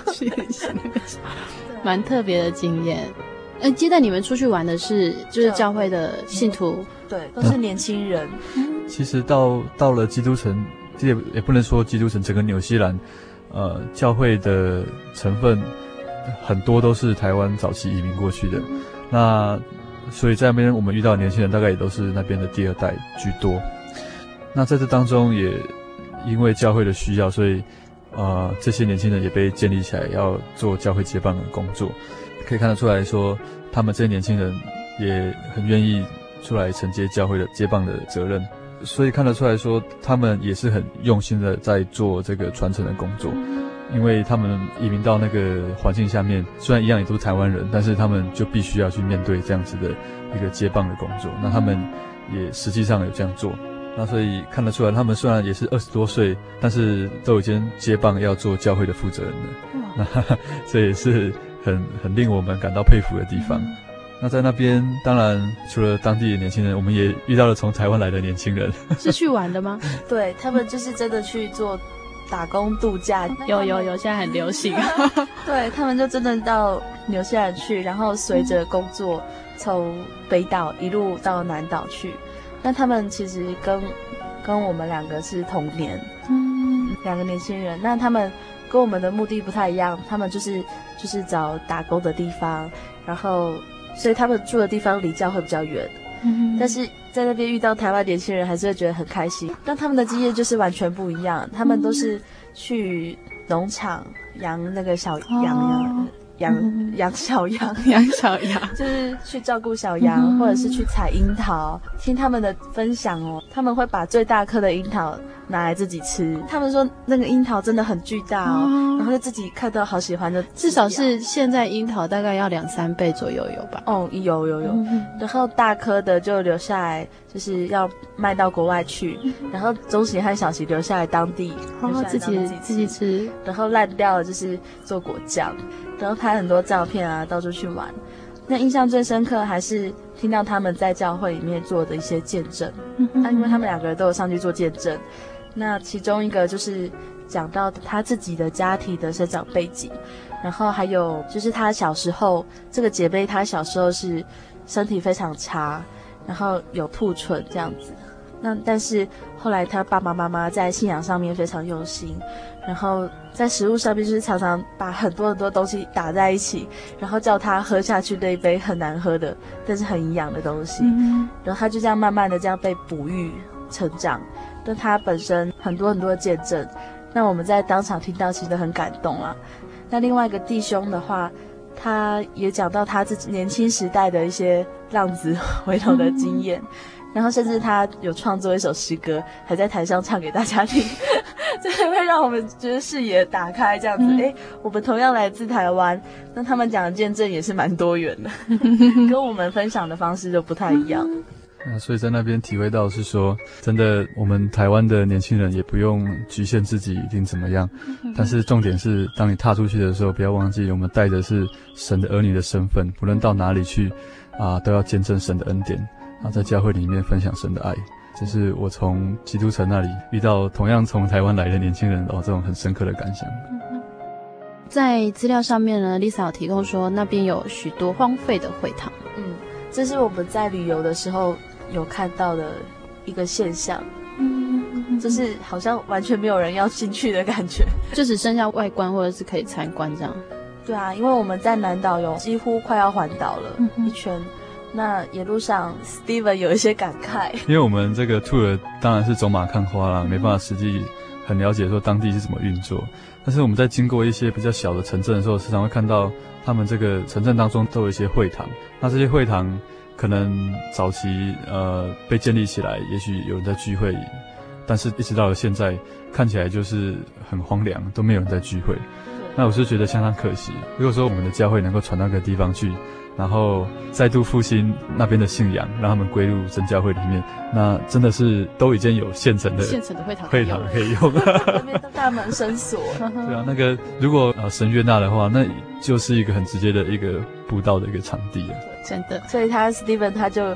蛮特别的经验。呃，接待你们出去玩的是就是教会的信徒， 对，都是年轻人。 其实到到了基督城，也也不能说基督城，整个纽西兰，呃，教会的成分很多都是台湾早期移民过去的。那所以在那边我们遇到的年轻人，大概也都是那边的第二代居多。那在这当中，也因为教会的需要，所以呃，这些年轻人也被建立起来，要做教会接棒的工作。可以看得出来说，他们这些年轻人也很愿意出来承接教会的接棒的责任，所以看得出来说，他们也是很用心的在做这个传承的工作。因为他们移民到那个环境下面，虽然一样也都是台湾人，但是他们就必须要去面对这样子的一个接棒的工作。那他们也实际上有这样做，那所以看得出来，他们虽然也是二十多岁，但是都已经接棒要做教会的负责人了。那这也是很很令我们感到佩服的地方。那在那边，当然除了当地的年轻人，我们也遇到了从台湾来的年轻人。 是去玩的吗？ 对，他们就是真的去做打工度假。 有有有，现在很流行。 对，他们就真的到纽西兰去，然后随着工作从北岛一路到南岛去。那他们其实跟跟我们两个是同年，嗯，两个年轻人。那他们跟我们的目的不太一样，他们就是就是找打工的地方，然后所以他们住的地方离教会比较远。嗯，但是在那边遇到台湾年轻人，还是会觉得很开心。但他们的经验就是完全不一样，他们都是去农场养那个小羊羊。养养小羊， 养小羊， 就是去照顾小羊，嗯、或者是去采樱桃。听他们的分享哦，他们会把最大颗的樱桃拿来自己吃。他们说那个樱桃真的很巨大哦，哦然后就自己看到好喜欢的， 至少是现在樱桃大概要两三倍左右有吧？ 哦，有有有。嗯、然后大颗的就留下来，就是要卖到国外去。嗯、然后中型和小型留下来当地， 然后自己自己吃。 然后烂掉了就是做果酱。然后拍很多照片啊，到处去玩。那印象最深刻还是听到他们在教会里面做的一些见证。嗯哼，啊，因为他们两个人都有上去做见证。那其中一个就是讲到他自己的家庭的生长背景，然后还有就是他小时候，这个姐妹她小时候是身体非常差，然后有兔唇这样子。那但是后来他爸爸妈妈在信仰上面非常用心，然后在食物上面就是常常把很多很多东西打在一起，然后叫他喝下去那一杯很难喝的但是很营养的东西。嗯、然后他就这样慢慢的这样被哺育成长。但他本身很多很多的见证，那我们在当场听到其实很感动啊。那另外一个弟兄的话，他也讲到他自己年轻时代的一些浪子回头的经验。嗯然后甚至他有创作一首诗歌，还在台上唱给大家听，这会让我们觉得视野打开，这样子。哎、嗯，我们同样来自台湾，那他们讲的见证也是蛮多元的，跟我们分享的方式就不太一样。 那所以在那边体会到是说，真的，我们台湾的年轻人也不用局限自己一定怎么样，但是重点是，当你踏出去的时候，不要忘记我们带的是神的儿女的身份，不论到哪里去，啊，都要见证神的恩典。啊，在教会里面分享神的爱，这是我从基督城那里遇到同样从台湾来的年轻人哦，这种很深刻的感想。 在资料上面呢 ，Lisa 有提供说那边有许多荒废的会堂。 嗯，这是我们在旅游的时候有看到的一个现象。嗯，就是好像完全没有人要进去的感觉， 就只剩下外观或者是可以参观这样。 对啊，因为我们在南岛有几乎快要环岛了、嗯、一圈。那野路上 Steven 有一些感慨， 因为我们这个 tour 当然是走马看花啦，没办法实际很了解说当地是怎么运作。但是我们在经过一些比较小的城镇的时候，时常会看到他们这个城镇当中都有一些会堂。那这些会堂可能早期呃被建立起来，也许有人在聚会，但是一直到了现在，看起来就是很荒凉，都没有人在聚会。那我是觉得相当可惜。如果说我们的教会能够传到一个地方去，然后再度复兴那边的信仰，让他们归入真教会里面，那真的是都已经有现成的现成的会堂会堂可以用， 那边都大门深锁。 对啊，那个如果呃神悦纳的话，那就是一个很直接的一个布道的一个场地了。 真的， 所以他 Steven 他就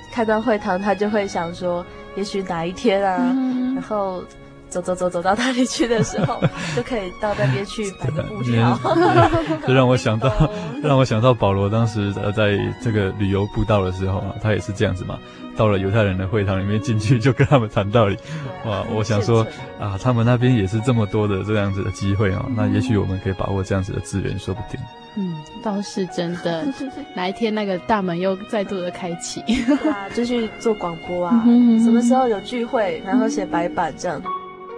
看到会堂，他就会想说，也许哪一天啊， 嗯、 然后走走走走到那里去的时候，就可以到那边去摆个布条。 就让我想到，让我想到保罗当时呃在这个旅游布道的时候啊，他也是这样子嘛。到了犹太人的会堂里面进去，就跟他们谈道理。哇，我想说啊，他们那边也是这么多的这样子的机会啊，那也许我们可以把握这样子的资源，说不定。 嗯，倒是真的。哪一天那个大门又再度的开启， 对啊，就去做广播啊，什么时候有聚会，然后写白板这样。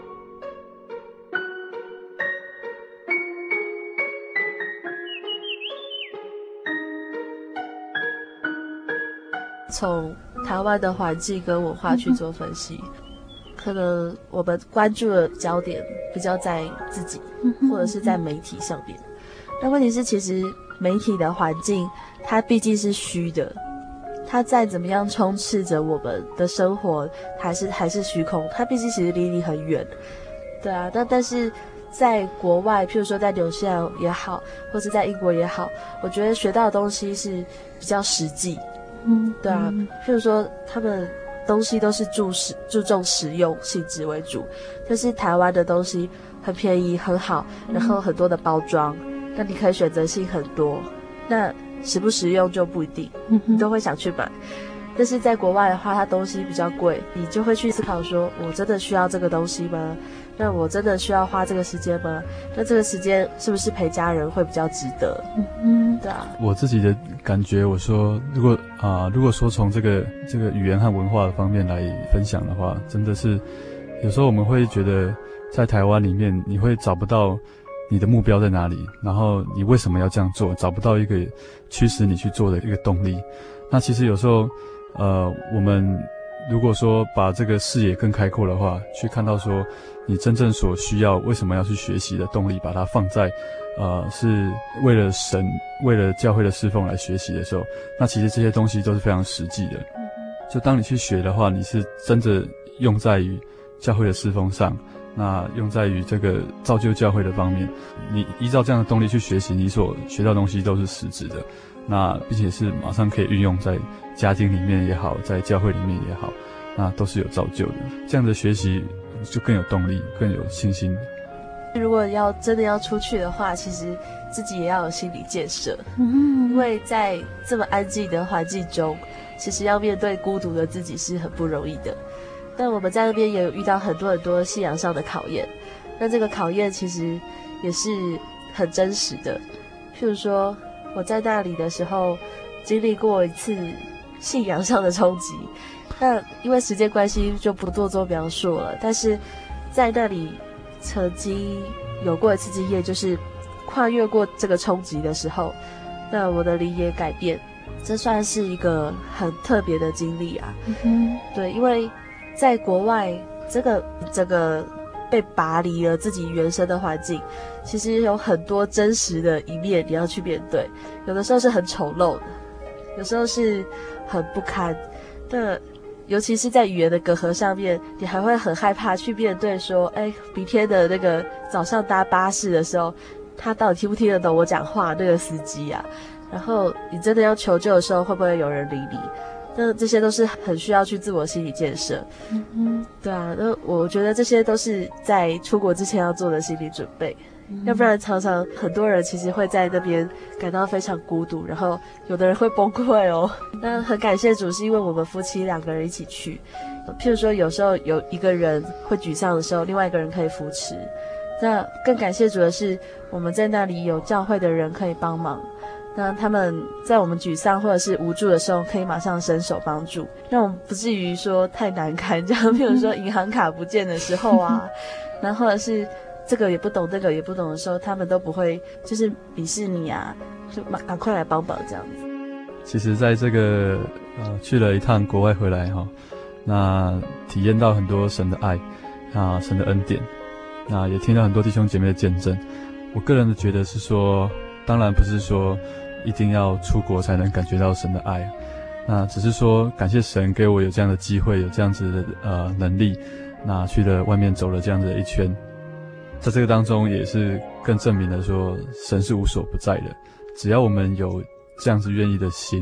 从台湾的环境跟文化去做分析，嗯、可能我们关注的焦点比较在自己，嗯、或者是在媒体上面。那问题是，其实媒体的环境它毕竟是虚的，它再怎么样充斥着我们的生活，还是还是虚空。它毕竟其实离你很远，对啊。但但是在国外，譬如说在纽西兰也好，或是在英国也好，我觉得学到的东西是比较实际。嗯，对啊，譬如说他们东西都是注实注重实用性质为主，但是台湾的东西很便宜很好，然后很多的包装，那你可以选择性很多，那实不实用就不一定，你都会想去买。但是在国外的话，它东西比较贵，你就会去思考说，我真的需要这个东西吗？那我真的需要花这个时间吗？那这个时间是不是陪家人会比较值得？嗯，对啊。 我自己的感觉，我说，如果啊、呃，如果说从这个这个语言和文化的方面来分享的话，真的是有时候我们会觉得，在台湾里面，你会找不到你的目标在哪里，然后你为什么要这样做，找不到一个驱使你去做的一个动力。那其实有时候。呃，我们如果说把这个视野更开阔的话，去看到说你真正所需要为什么要去学习的动力，把它放在呃是为了神为了教会的侍奉来学习的时候，那其实这些东西都是非常实际的。就当你去学的话，你是真的用在于教会的侍奉上，那用在于这个造就教会的方面，你依照这样的动力去学习，你所学到的东西都是实质的，那并且是马上可以运用在家庭里面也好，在教会里面也好，那都是有造就的。这样的学习就更有动力，更有信心。 如果要真的要出去的话，其实自己也要有心理建设，嗯，因为在这么安静的环境中，其实要面对孤独的自己是很不容易的。但我们在那边也有遇到很多很多信仰上的考验，那这个考验其实也是很真实的。譬如说我在那里的时候经历过一次信仰上的冲击，那因为时间关系就不多做描述了，但是在那里曾经有过一次经验，就是跨越过这个冲击的时候，那我的理也改变，这算是一个很特别的经历啊。嗯，对，因为在国外这个这个被拔离了自己原生的环境，其实有很多真实的一面你要去面对，有的时候是很丑陋的，有时候是很不堪的，尤其是在语言的隔阂上面，你还会很害怕去面对说，哎，明天的那个早上搭巴士的时候，他到底听不听得懂我讲话，那个司机啊，然后你真的要求救的时候，会不会有人理你？那这些都是很需要去自我心理建设。嗯嗯，对啊，那我觉得这些都是在出国之前要做的心理准备。要不然常常很多人其实会在那边感到非常孤独，然后有的人会崩溃哦。那很感谢主，是因为我们夫妻两个人一起去，譬如说有时候有一个人会沮丧的时候，另外一个人可以扶持。那更感谢主的是，我们在那里有教会的人可以帮忙，那他们在我们沮丧或者是无助的时候，可以马上伸手帮助，让我们不至于说太难堪这样。譬如说银行卡不见的时候啊，然后或者是这个也不懂，这个也不懂的时候，他们都不会就是鄙视你啊，就马赶快来帮忙这样子。 其实在这个呃去了一趟国外回来哈，那体验到很多神的爱啊，神的恩典，那也听到很多弟兄姐妹的见证。我个人的觉得是说，当然不是说一定要出国才能感觉到神的爱，那只是说感谢神给我有这样的机会，有这样子的呃能力，那去了外面走了这样子的一圈。在这个当中也是更证明了说神是无所不在的，只要我们有这样子愿意的心，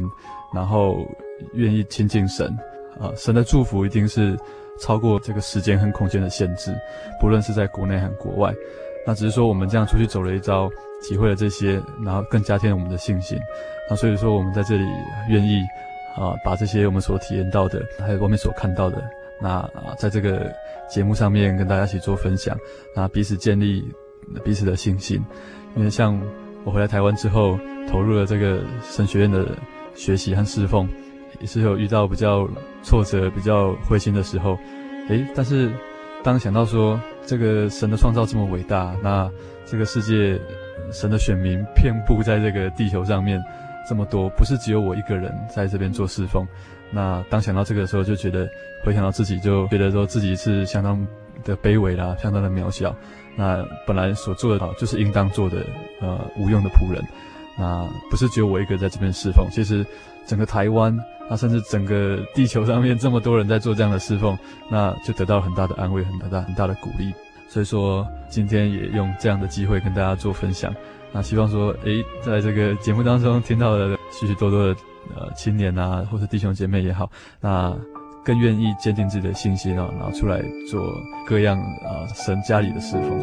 然后愿意亲近神啊，神的祝福一定是超过这个时间和空间的限制，不论是在国内和国外。那只是说我们这样出去走了一遭，体会了这些，然后更加添了我们的信心。那所以说我们在这里愿意啊，把这些我们所体验到的，还有外面所看到的，那啊，在这个节目上面跟大家一起做分享，那彼此建立彼此的信心。因为像我回来台湾之后，投入了这个神学院的学习和侍奉，也是有遇到比较挫折、比较灰心的时候。诶，但是当想到说这个神的创造这么伟大，那这个世界神的选民遍布在这个地球上面这么多，不是只有我一个人在这边做侍奉。那当想到这个的时候，就觉得回想到自己，就觉得说自己是相当的卑微啦，相当的渺小。那本来所做的就是应当做的呃无用的仆人。那不是只有我一个在这边侍奉，其实整个台湾，那甚至整个地球上面这么多人在做这样的侍奉，那就得到很大的安慰，很大很大的鼓励。所以说今天也用这样的机会跟大家做分享。那希望说诶，在这个节目当中听到的许许多多的呃青年啊，或者弟兄姐妹也好，那更愿意坚定自己的信心啊，然后出来做各样啊神家里的侍奉。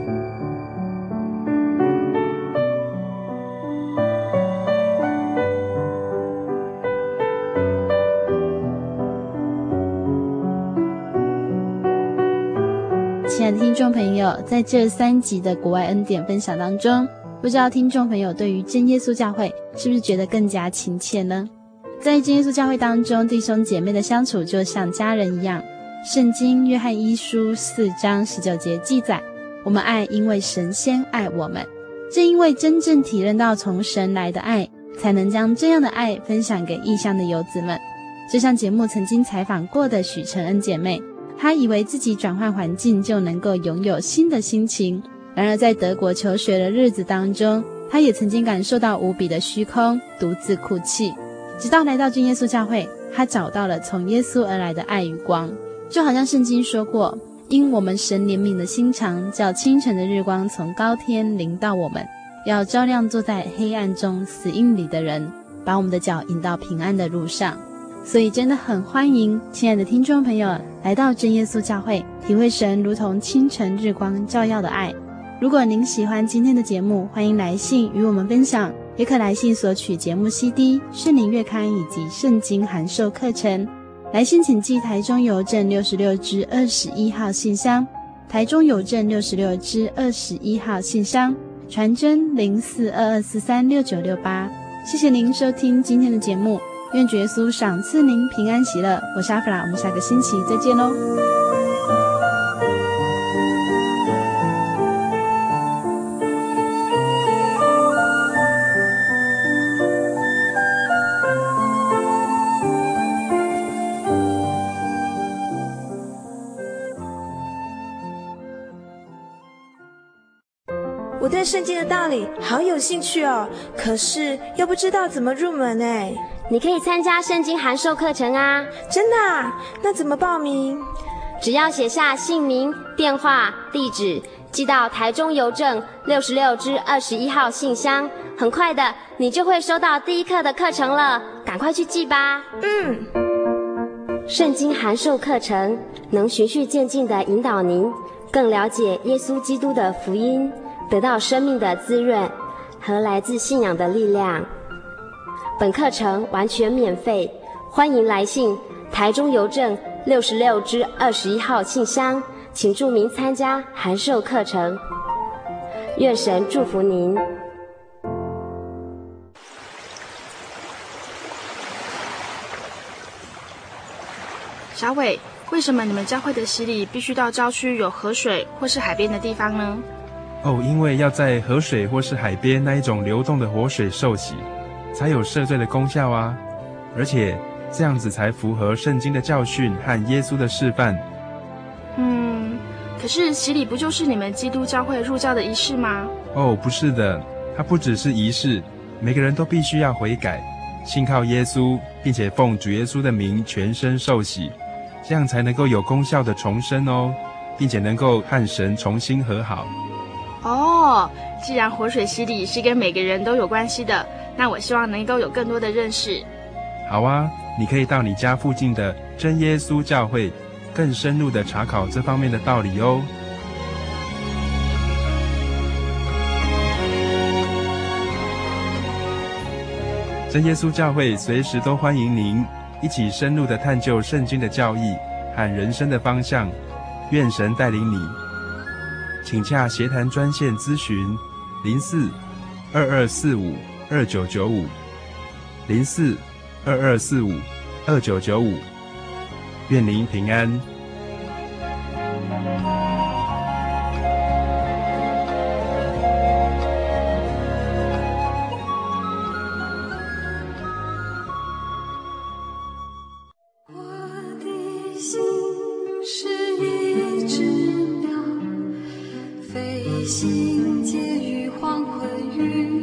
亲爱的听众朋友，在这三集的国外恩典分享当中，不知道听众朋友对于真耶稣教会是不是觉得更加亲切呢？在真耶稣教会当中，弟兄姐妹的相处就像家人一样。圣经约翰一书四章十九节记载，我们爱，因为神先爱我们。正因为真正体认到从神来的爱，才能将这样的爱分享给异乡的游子们。就像节目曾经采访过的许承恩姐妹，她以为自己转换环境就能够拥有新的心情，然而在德国求学的日子当中，她也曾经感受到无比的虚空，独自哭泣。直到来到真耶稣教会，她找到了从耶稣而来的爱与光。就好像圣经说过，因我们神怜悯的心肠，叫清晨的日光从高天临到我们，要照亮坐在黑暗中死荫里的人，把我们的脚引到平安的路上。所以真的很欢迎亲爱的听众朋友来到真耶稣教会，体会神如同清晨日光照耀的爱。如果您喜欢今天的节目，欢迎来信与我们分享，也可来信索取节目 C D、 圣灵月刊以及圣经函授课程。来信请寄台中邮政六十六支二十一号信箱，台中邮政六十六支二十一号信箱，传真零四二二四三六九六八。谢谢您收听今天的节目，愿主耶稣赏赐您平安喜乐。我是阿弗拉，我们下个星期再见喽。 我对圣经的道理好有兴趣哦，可是又不知道怎么入门哎。 你可以参加圣经函授课程啊。 真的啊？那怎么报名？ 只要写下姓名、电话、地址，寄到台中邮政六十六支二十一号信箱，很快的你就会收到第一课的课程了，赶快去寄吧。 嗯。 圣经函授课程能循序渐进地引导您更了解耶稣基督的福音，得到生命的滋润和来自信仰的力量。本课程完全免费，欢迎来信台中邮政六十六支二十一号信箱，请注明参加函授课程。愿神祝福您。 小伟，为什么你们教会的洗礼必须到郊区有河水或是海边的地方呢？ 哦，因为要在河水或是海边那一种流动的活水受洗，才有赦罪的功效啊！而且这样子才符合圣经的教训和耶稣的示范。 嗯，可是洗礼不就是你们基督教会入教的仪式吗？ 哦，不是的，它不只是仪式，每个人都必须要悔改，信靠耶稣，并且奉主耶稣的名全身受洗，这样才能够有功效的重生哦，并且能够和神重新和好。 哦，既然活水洗礼是跟每个人都有关系的，那我希望能够有更多的认识。 好啊，你可以到你家附近的真耶稣教会，更深入的查考这方面的道理哦。真耶稣教会随时都欢迎您一起深入的探究圣经的教义和人生的方向，愿神带领你。请洽协谈专线咨询零四二二四五二九九五零四二二四五二九九五，愿您平安。 心结于黄昏雨。